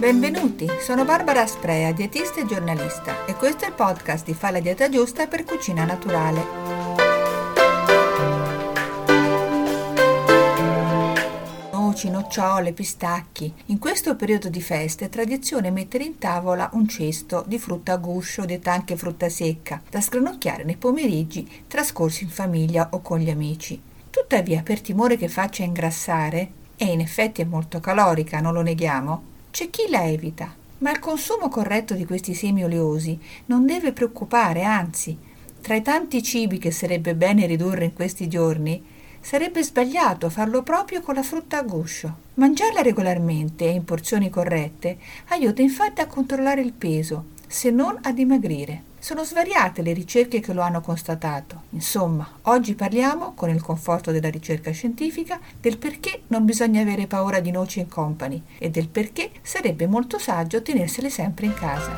Benvenuti, sono Barbara Asprea, dietista e giornalista, e questo è il podcast di Fa la dieta giusta per cucina naturale. Noci, nocciole, pistacchi. In questo periodo di feste è tradizione mettere in tavola un cesto di frutta a guscio, detta anche frutta secca, da sgranocchiare nei pomeriggi trascorsi in famiglia o con gli amici. Tuttavia, per timore che faccia ingrassare, e in effetti è molto calorica, non lo neghiamo, c'è chi la evita. Ma il consumo corretto di questi semi oleosi non deve preoccupare, anzi, tra i tanti cibi che sarebbe bene ridurre in questi giorni, sarebbe sbagliato farlo proprio con la frutta a guscio. Mangiarla regolarmente e in porzioni corrette aiuta infatti a controllare il peso, se non a dimagrire. Sono svariate le ricerche che lo hanno constatato. Insomma, oggi parliamo, con il conforto della ricerca scientifica, del perché non bisogna avere paura di noci in company e del perché sarebbe molto saggio tenersele sempre in casa.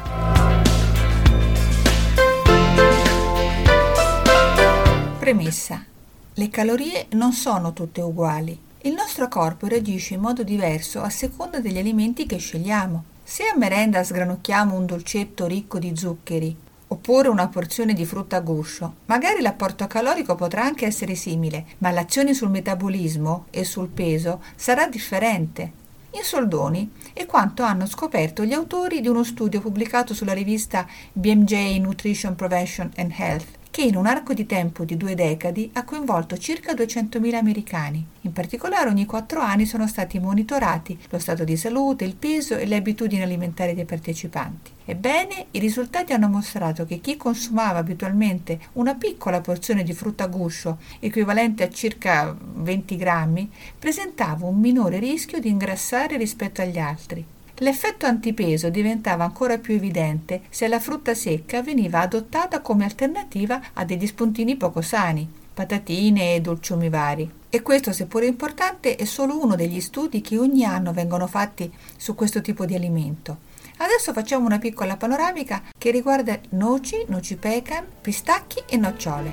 Premessa. Le calorie non sono tutte uguali. Il nostro corpo reagisce in modo diverso a seconda degli alimenti che scegliamo. Se a merenda sgranocchiamo un dolcetto ricco di zuccheri, oppure una porzione di frutta a guscio, magari l'apporto calorico potrà anche essere simile, ma l'azione sul metabolismo e sul peso sarà differente. In soldoni è quanto hanno scoperto gli autori di uno studio pubblicato sulla rivista BMJ Nutrition Prevention and Health, che in un arco di tempo di 2 decadi ha coinvolto circa 200.000 americani. In particolare ogni 4 anni sono stati monitorati lo stato di salute, il peso e le abitudini alimentari dei partecipanti. Ebbene, i risultati hanno mostrato che chi consumava abitualmente una piccola porzione di frutta a guscio, equivalente a circa 20 grammi, presentava un minore rischio di ingrassare rispetto agli altri. L'effetto antipeso diventava ancora più evidente se la frutta secca veniva adottata come alternativa a degli spuntini poco sani, patatine e dolciumi vari. E questo, seppure importante, è solo uno degli studi che ogni anno vengono fatti su questo tipo di alimento. Adesso facciamo una piccola panoramica che riguarda noci pecan, pistacchi e nocciole.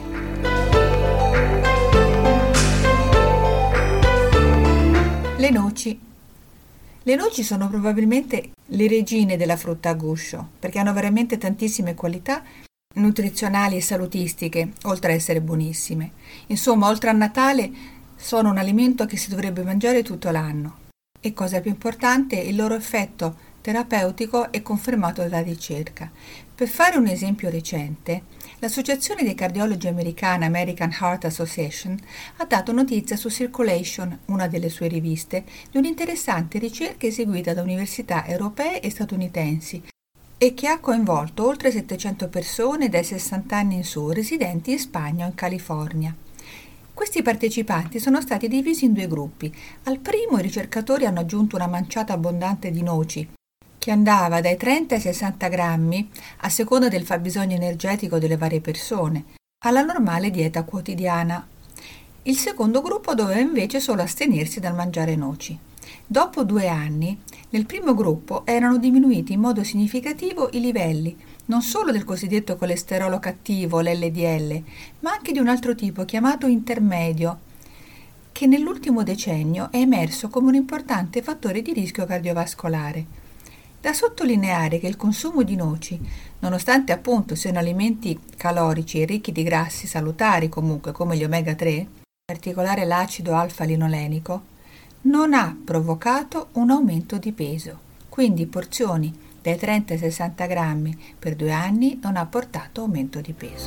Le noci. Le noci sono probabilmente le regine della frutta a guscio, perché hanno veramente tantissime qualità nutrizionali e salutistiche, oltre a essere buonissime. Insomma, oltre a Natale, sono un alimento che si dovrebbe mangiare tutto l'anno. E cosa più importante, il loro effetto terapeutico è confermato dalla ricerca. Per fare un esempio recente, l'Associazione dei cardiologi americana American Heart Association ha dato notizia su Circulation, una delle sue riviste, di un'interessante ricerca eseguita da università europee e statunitensi e che ha coinvolto oltre 700 persone dai 60 anni in su, residenti in Spagna o in California. Questi partecipanti sono stati divisi in 2 gruppi. Al primo i ricercatori hanno aggiunto una manciata abbondante di noci, che andava dai 30 ai 60 grammi a seconda del fabbisogno energetico delle varie persone, alla normale dieta quotidiana. Il secondo gruppo doveva invece solo astenersi dal mangiare noci. Dopo 2 anni, nel primo gruppo erano diminuiti in modo significativo i livelli, non solo del cosiddetto colesterolo cattivo, l'LDL, ma anche di un altro tipo chiamato intermedio, che nell'ultimo decennio è emerso come un importante fattore di rischio cardiovascolare. Da sottolineare che il consumo di noci, nonostante appunto siano alimenti calorici e ricchi di grassi salutari comunque come gli omega 3, in particolare l'acido alfa-linolenico, non ha provocato un aumento di peso. Quindi porzioni dai 30 ai 60 grammi per 2 anni non ha portato aumento di peso.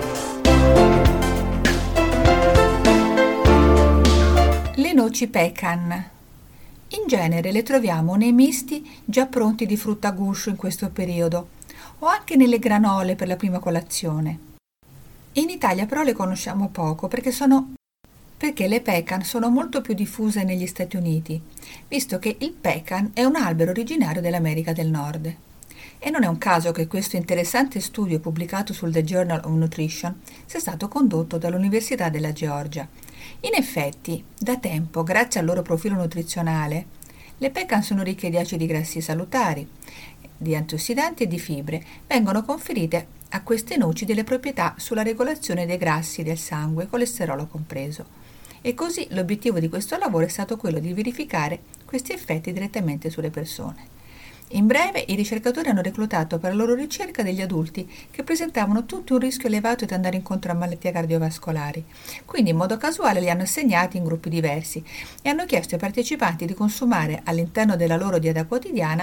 Le noci pecan. In genere le troviamo nei misti già pronti di frutta a guscio in questo periodo, o anche nelle granole per la prima colazione. In Italia però le conosciamo poco perché le pecan sono molto più diffuse negli Stati Uniti, visto che il pecan è un albero originario dell'America del Nord. E non è un caso che questo interessante studio pubblicato sul The Journal of Nutrition sia stato condotto dall'Università della Georgia. In effetti, da tempo, grazie al loro profilo nutrizionale, le pecan sono ricche di acidi grassi salutari, di antiossidanti e di fibre. Vengono conferite a queste noci delle proprietà sulla regolazione dei grassi del sangue, colesterolo compreso. E così l'obiettivo di questo lavoro è stato quello di verificare questi effetti direttamente sulle persone. In breve, i ricercatori hanno reclutato per la loro ricerca degli adulti che presentavano tutti un rischio elevato di andare incontro a malattie cardiovascolari. Quindi in modo casuale li hanno assegnati in gruppi diversi e hanno chiesto ai partecipanti di consumare all'interno della loro dieta quotidiana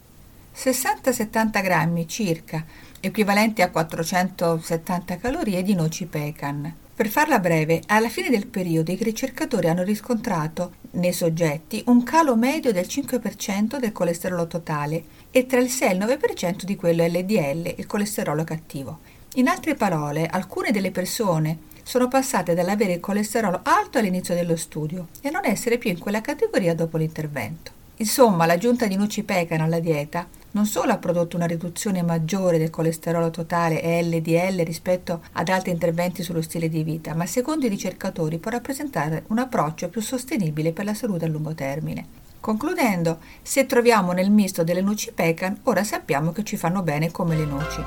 60-70 grammi circa, equivalenti a 470 calorie di noci pecan. Per farla breve, alla fine del periodo i ricercatori hanno riscontrato nei soggetti un calo medio del 5% del colesterolo totale e tra il 6 e il 9% di quello LDL, il colesterolo cattivo. In altre parole, alcune delle persone sono passate dall'avere il colesterolo alto all'inizio dello studio e a non essere più in quella categoria dopo l'intervento. Insomma, l'aggiunta di noci pecan alla dieta non solo ha prodotto una riduzione maggiore del colesterolo totale e LDL rispetto ad altri interventi sullo stile di vita, ma secondo i ricercatori può rappresentare un approccio più sostenibile per la salute a lungo termine. Concludendo, se troviamo nel misto delle noci pecan, ora sappiamo che ci fanno bene come le noci.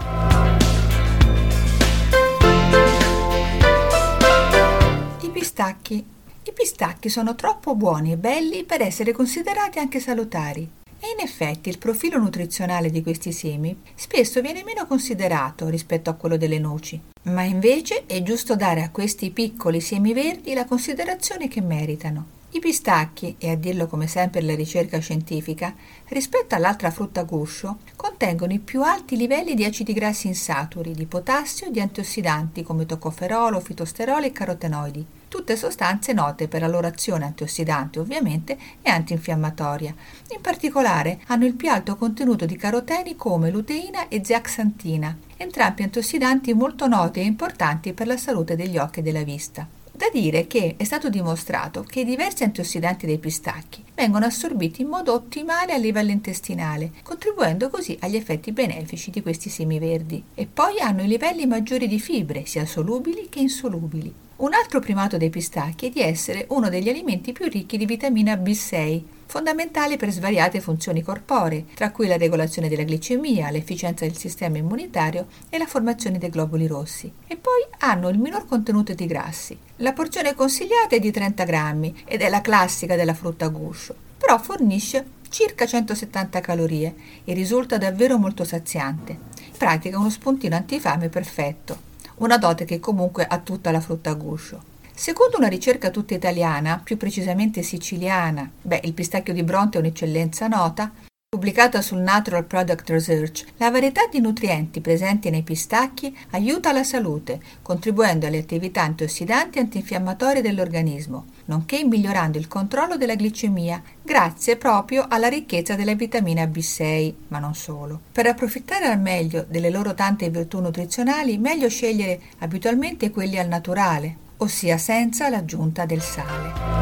I pistacchi. I pistacchi sono troppo buoni e belli per essere considerati anche salutari. E in effetti il profilo nutrizionale di questi semi spesso viene meno considerato rispetto a quello delle noci, ma invece è giusto dare a questi piccoli semi verdi la considerazione che meritano. I pistacchi, e a dirlo come sempre la ricerca scientifica, rispetto all'altra frutta a guscio, contengono i più alti livelli di acidi grassi insaturi, di potassio e di antiossidanti come toccoferolo, fitosterolo e carotenoidi, tutte sostanze note per la loro azione antiossidante ovviamente e antinfiammatoria. In particolare hanno il più alto contenuto di caroteni come luteina e zeaxantina, entrambi antiossidanti molto noti e importanti per la salute degli occhi e della vista. Da dire che è stato dimostrato che i diversi antiossidanti dei pistacchi vengono assorbiti in modo ottimale a livello intestinale, contribuendo così agli effetti benefici di questi semi verdi. E poi hanno i livelli maggiori di fibre, sia solubili che insolubili. Un altro primato dei pistacchi è di essere uno degli alimenti più ricchi di vitamina B6, fondamentale per svariate funzioni corporee, tra cui la regolazione della glicemia, l'efficienza del sistema immunitario e la formazione dei globuli rossi. E poi hanno il minor contenuto di grassi. La porzione consigliata è di 30 grammi ed è la classica della frutta a guscio, però fornisce circa 170 calorie e risulta davvero molto saziante. In pratica uno spuntino antifame perfetto, una dote che comunque ha tutta la frutta a guscio. Secondo una ricerca tutta italiana, più precisamente siciliana, il pistacchio di Bronte è un'eccellenza nota, pubblicata sul Natural Product Research, la varietà di nutrienti presenti nei pistacchi aiuta la salute, contribuendo alle attività antiossidanti e antinfiammatorie dell'organismo, nonché migliorando il controllo della glicemia, grazie proprio alla ricchezza della vitamina B6, ma non solo. Per approfittare al meglio delle loro tante virtù nutrizionali, meglio scegliere abitualmente quelli al naturale, ossia senza l'aggiunta del sale.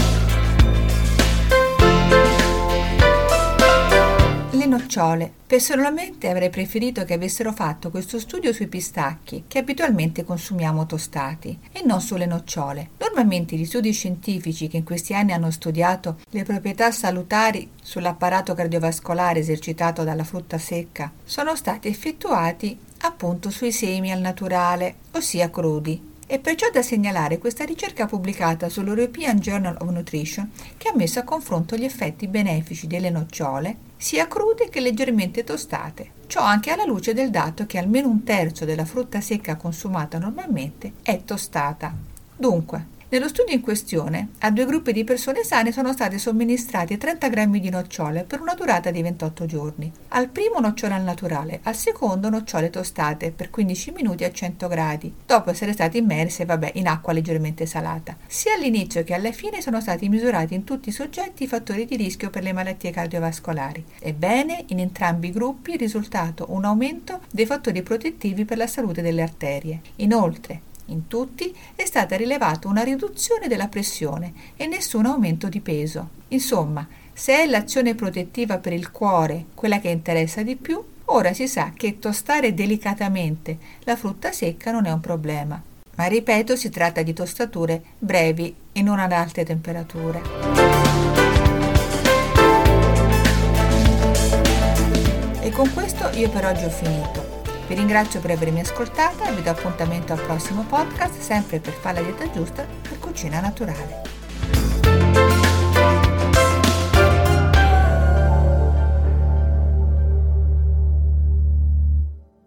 Le nocciole. Personalmente avrei preferito che avessero fatto questo studio sui pistacchi, che abitualmente consumiamo tostati, e non sulle nocciole. Normalmente gli studi scientifici che in questi anni hanno studiato le proprietà salutari sull'apparato cardiovascolare esercitato dalla frutta secca sono stati effettuati appunto sui semi al naturale, ossia crudi. È perciò da segnalare questa ricerca pubblicata sull'European Journal of Nutrition che ha messo a confronto gli effetti benefici delle nocciole sia crude che leggermente tostate. Ciò anche alla luce del dato che almeno un terzo della frutta secca consumata normalmente è tostata. Dunque, nello studio in questione, a 2 gruppi di persone sane sono stati somministrati 30 grammi di nocciole per una durata di 28 giorni. Al primo nocciole al naturale, al secondo nocciole tostate per 15 minuti a 100 gradi, dopo essere state immerse in acqua leggermente salata. Sia all'inizio che alla fine sono stati misurati in tutti i soggetti i fattori di rischio per le malattie cardiovascolari. Ebbene, in entrambi i gruppi è risultato un aumento dei fattori protettivi per la salute delle arterie. Inoltre, in tutti è stata rilevata una riduzione della pressione e nessun aumento di peso. Insomma, se è l'azione protettiva per il cuore quella che interessa di più, ora si sa che tostare delicatamente la frutta secca non è un problema. Ma ripeto, si tratta di tostature brevi e non ad alte temperature. E con questo io per oggi ho finito. Vi ringrazio per avermi ascoltata e vi do appuntamento al prossimo podcast, sempre per fare la dieta giusta per cucina naturale.